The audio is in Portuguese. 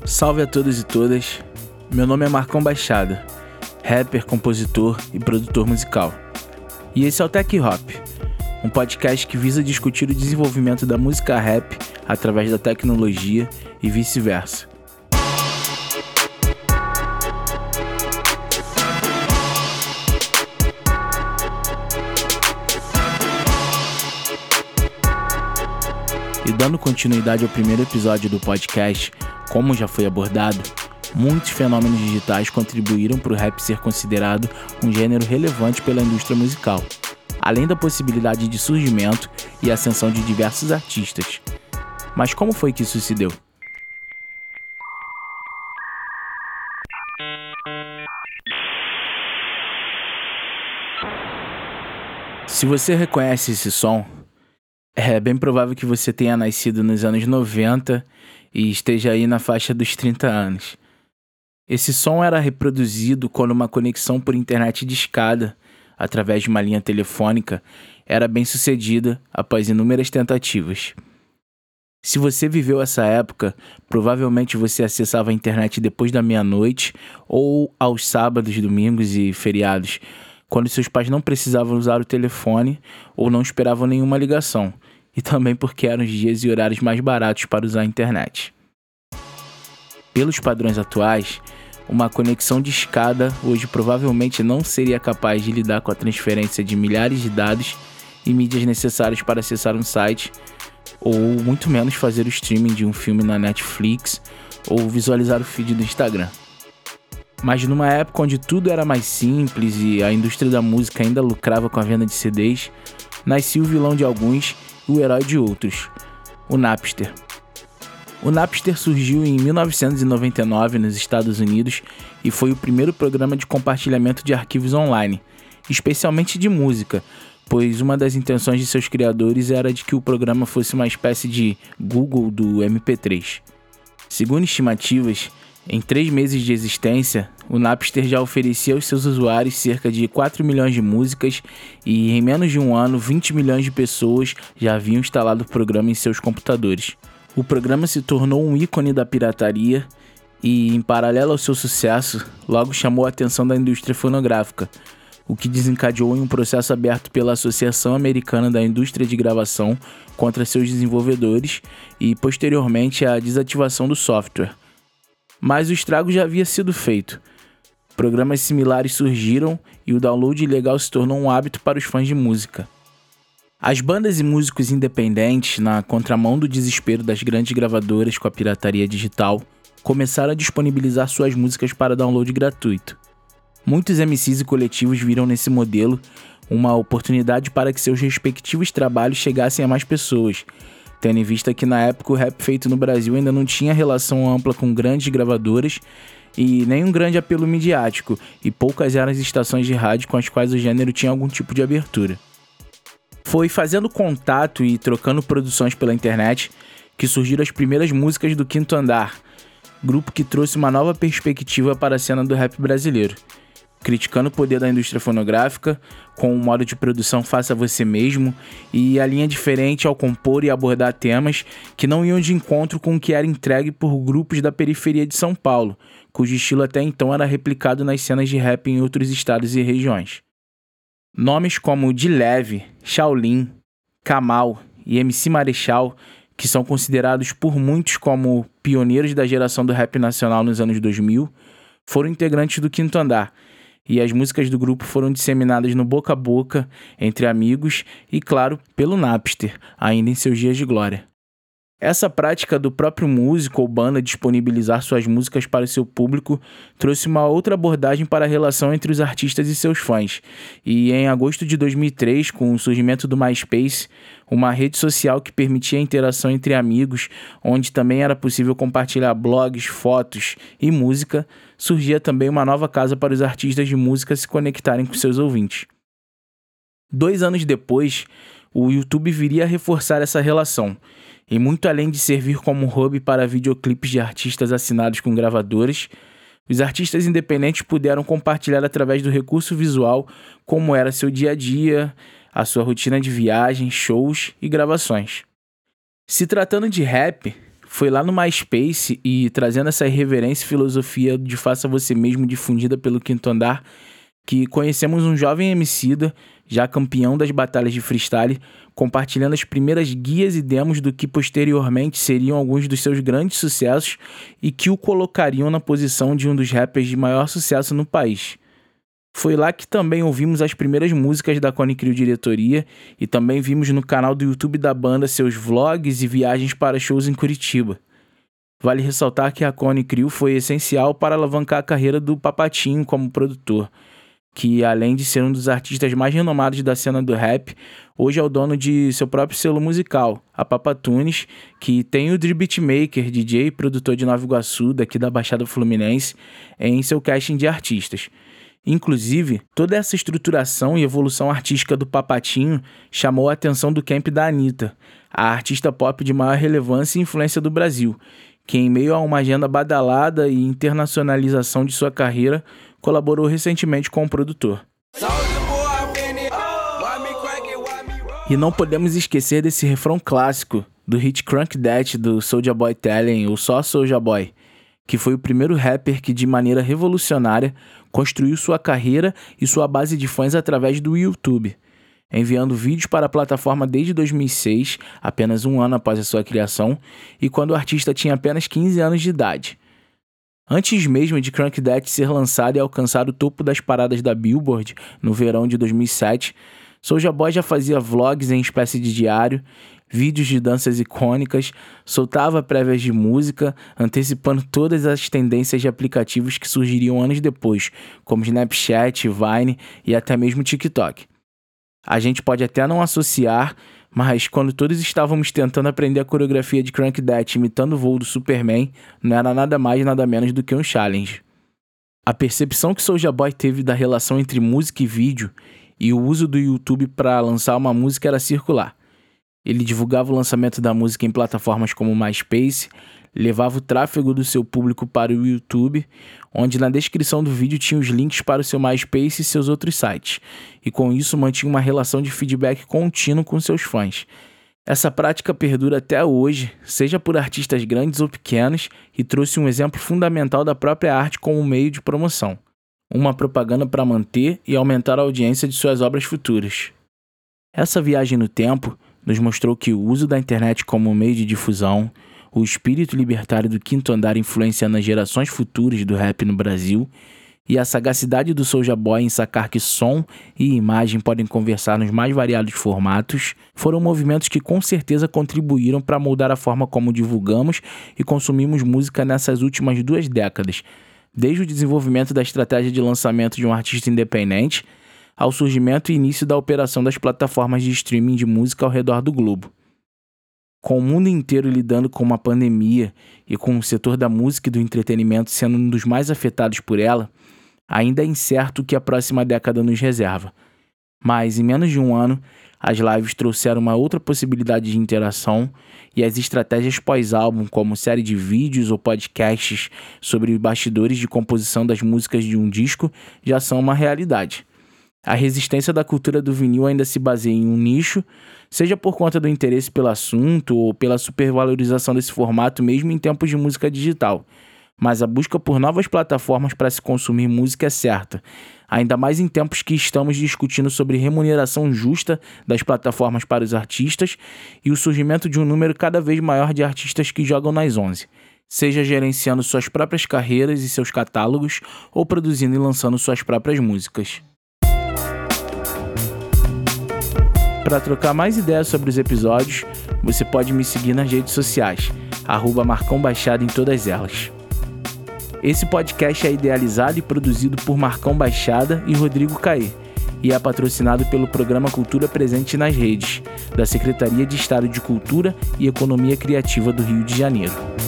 Salve a todos e todas, meu nome é Marcão Baixada, rapper, compositor e produtor musical. E esse é o Tech Hop, um podcast que visa discutir o desenvolvimento da música rap através da tecnologia e vice-versa. E dando continuidade ao primeiro episódio do podcast, como já foi abordado, muitos fenômenos digitais contribuíram para o rap ser considerado um gênero relevante pela indústria musical, além da possibilidade de surgimento e ascensão de diversos artistas. Mas como foi que isso se deu? Se você reconhece esse som, é bem provável que você tenha nascido nos anos 90 e esteja aí na faixa dos 30 anos. Esse som era reproduzido quando uma conexão por internet discada, através de uma linha telefônica, era bem sucedida após inúmeras tentativas. Se você viveu essa época, provavelmente você acessava a internet depois da meia-noite ou aos sábados, domingos e feriados, quando seus pais não precisavam usar o telefone ou não esperavam nenhuma ligação, e também porque eram os dias e horários mais baratos para usar a internet. Pelos padrões atuais, uma conexão de escada hoje provavelmente não seria capaz de lidar com a transferência de milhares de dados e mídias necessárias para acessar um site, ou muito menos fazer o streaming de um filme na Netflix ou visualizar o feed do Instagram. Mas numa época onde tudo era mais simples e a indústria da música ainda lucrava com a venda de CDs, nascia o vilão de alguns e o herói de outros, o Napster. O Napster surgiu em 1999 nos Estados Unidos e foi o primeiro programa de compartilhamento de arquivos online, especialmente de música, pois uma das intenções de seus criadores era de que o programa fosse uma espécie de Google do MP3. Segundo estimativas, em 3 meses de existência, o Napster já oferecia aos seus usuários cerca de 4 milhões de músicas e, em menos de um ano, 20 milhões de pessoas já haviam instalado o programa em seus computadores. O programa se tornou um ícone da pirataria e, em paralelo ao seu sucesso, logo chamou a atenção da indústria fonográfica, o que desencadeou em um processo aberto pela Associação Americana da Indústria de Gravação contra seus desenvolvedores e, posteriormente, a desativação do software. Mas o estrago já havia sido feito. Programas similares surgiram e o download ilegal se tornou um hábito para os fãs de música. As bandas e músicos independentes, na contramão do desespero das grandes gravadoras com a pirataria digital, começaram a disponibilizar suas músicas para download gratuito. Muitos MCs e coletivos viram nesse modelo uma oportunidade para que seus respectivos trabalhos chegassem a mais pessoas, tendo em vista que na época o rap feito no Brasil ainda não tinha relação ampla com grandes gravadoras e nem um grande apelo midiático, e poucas eram as estações de rádio com as quais o gênero tinha algum tipo de abertura. Foi fazendo contato e trocando produções pela internet que surgiram as primeiras músicas do Quinto Andar, grupo que trouxe uma nova perspectiva para a cena do rap brasileiro, criticando o poder da indústria fonográfica, com um modo de produção faça você mesmo e a linha diferente ao compor e abordar temas que não iam de encontro com o que era entregue por grupos da periferia de São Paulo, cujo estilo até então era replicado nas cenas de rap em outros estados e regiões. Nomes como De Leve, Shaolin, Kamal e MC Marechal, que são considerados por muitos como pioneiros da geração do rap nacional nos anos 2000, foram integrantes do Quinto Andar, e as músicas do grupo foram disseminadas no boca a boca, entre amigos e, claro, pelo Napster, ainda em seus dias de glória. Essa prática do próprio músico ou banda disponibilizar suas músicas para o seu público trouxe uma outra abordagem para a relação entre os artistas e seus fãs, e em agosto de 2003, com o surgimento do MySpace, uma rede social que permitia a interação entre amigos, onde também era possível compartilhar blogs, fotos e música, surgia também uma nova casa para os artistas de música se conectarem com seus ouvintes. 2 anos depois, o YouTube viria a reforçar essa relação, e muito além de servir como hub para videoclipes de artistas assinados com gravadoras, os artistas independentes puderam compartilhar através do recurso visual como era seu dia a dia, a sua rotina de viagens, shows e gravações. Se tratando de rap, Foi lá no MySpace e trazendo essa irreverência e filosofia de faça você mesmo difundida pelo Quinto Andar, que conhecemos um jovem Emicida, já campeão das batalhas de freestyle, compartilhando as primeiras guias e demos do que posteriormente seriam alguns dos seus grandes sucessos e que o colocariam na posição de um dos rappers de maior sucesso no país. Foi lá que também ouvimos as primeiras músicas da Cone Crew Diretoria e também vimos no canal do YouTube da banda seus vlogs e viagens para shows em Curitiba. Vale ressaltar que a Cone Crew foi essencial para alavancar a carreira do Papatinho como produtor, que além de ser um dos artistas mais renomados da cena do rap, hoje é o dono de seu próprio selo musical, a Papatunes, que tem o Beatmaker, DJ e produtor de Nova Iguaçu, daqui da Baixada Fluminense, em seu casting de artistas. Inclusive, toda essa estruturação e evolução artística do Papatinho chamou a atenção do camp da Anitta, a artista pop de maior relevância e influência do Brasil, que em meio a uma agenda badalada e internacionalização de sua carreira, colaborou recentemente com o produtor. E não podemos esquecer desse refrão clássico do hit Crunk That do Soulja Boy Tellen, ou só Soulja Boy, que foi o primeiro rapper que de maneira revolucionária construiu sua carreira e sua base de fãs através do YouTube, enviando vídeos para a plataforma desde 2006, apenas um ano após a sua criação, e quando o artista tinha apenas 15 anos de idade. Antes mesmo de Crunk That ser lançado e alcançar o topo das paradas da Billboard no verão de 2007, Soulja Boy já fazia vlogs em espécie de diário, vídeos de danças icônicas, soltava prévias de música, antecipando todas as tendências de aplicativos que surgiriam anos depois, como Snapchat, Vine e até mesmo TikTok. A gente pode até não associar, mas quando todos estávamos tentando aprender a coreografia de Crunk That imitando o voo do Superman, não era nada mais nada menos do que um challenge. A percepção que Soulja Boy teve da relação entre música e vídeo e o uso do YouTube para lançar uma música era circular. Ele divulgava o lançamento da música em plataformas como MySpace, levava o tráfego do seu público para o YouTube, onde na descrição do vídeo tinha os links para o seu MySpace e seus outros sites, e com isso mantinha uma relação de feedback contínuo com seus fãs. Essa prática perdura até hoje, seja por artistas grandes ou pequenos, e trouxe um exemplo fundamental da própria arte como meio de promoção. Uma propaganda para manter e aumentar a audiência de suas obras futuras. Essa viagem no tempo nos mostrou que o uso da internet como meio de difusão, o espírito libertário do Quinto Andar influenciando as gerações futuras do rap no Brasil e a sagacidade do Soulja Boy em sacar que som e imagem podem conversar nos mais variados formatos, foram movimentos que com certeza contribuíram para moldar a forma como divulgamos e consumimos música nessas últimas 2 décadas, desde o desenvolvimento da estratégia de lançamento de um artista independente ao surgimento e início da operação das plataformas de streaming de música ao redor do globo. Com o mundo inteiro lidando com uma pandemia e com o setor da música e do entretenimento sendo um dos mais afetados por ela, ainda é incerto o que a próxima década nos reserva. Mas, em menos de um ano, as lives trouxeram uma outra possibilidade de interação e as estratégias pós-álbum, como série de vídeos ou podcasts sobre bastidores de composição das músicas de um disco, já são uma realidade. A resistência da cultura do vinil ainda se baseia em um nicho, seja por conta do interesse pelo assunto ou pela supervalorização desse formato mesmo em tempos de música digital. Mas a busca por novas plataformas para se consumir música é certa, ainda mais em tempos que estamos discutindo sobre remuneração justa das plataformas para os artistas e o surgimento de um número cada vez maior de artistas que jogam nas 11, seja gerenciando suas próprias carreiras e seus catálogos ou produzindo e lançando suas próprias músicas. Para trocar mais ideias sobre os episódios, você pode me seguir nas redes sociais, @Marcão Baixada em todas elas. Esse podcast é idealizado e produzido por Marcão Baixada e Rodrigo Caê, e é patrocinado pelo Programa Cultura Presente nas Redes, da Secretaria de Estado de Cultura e Economia Criativa do Rio de Janeiro.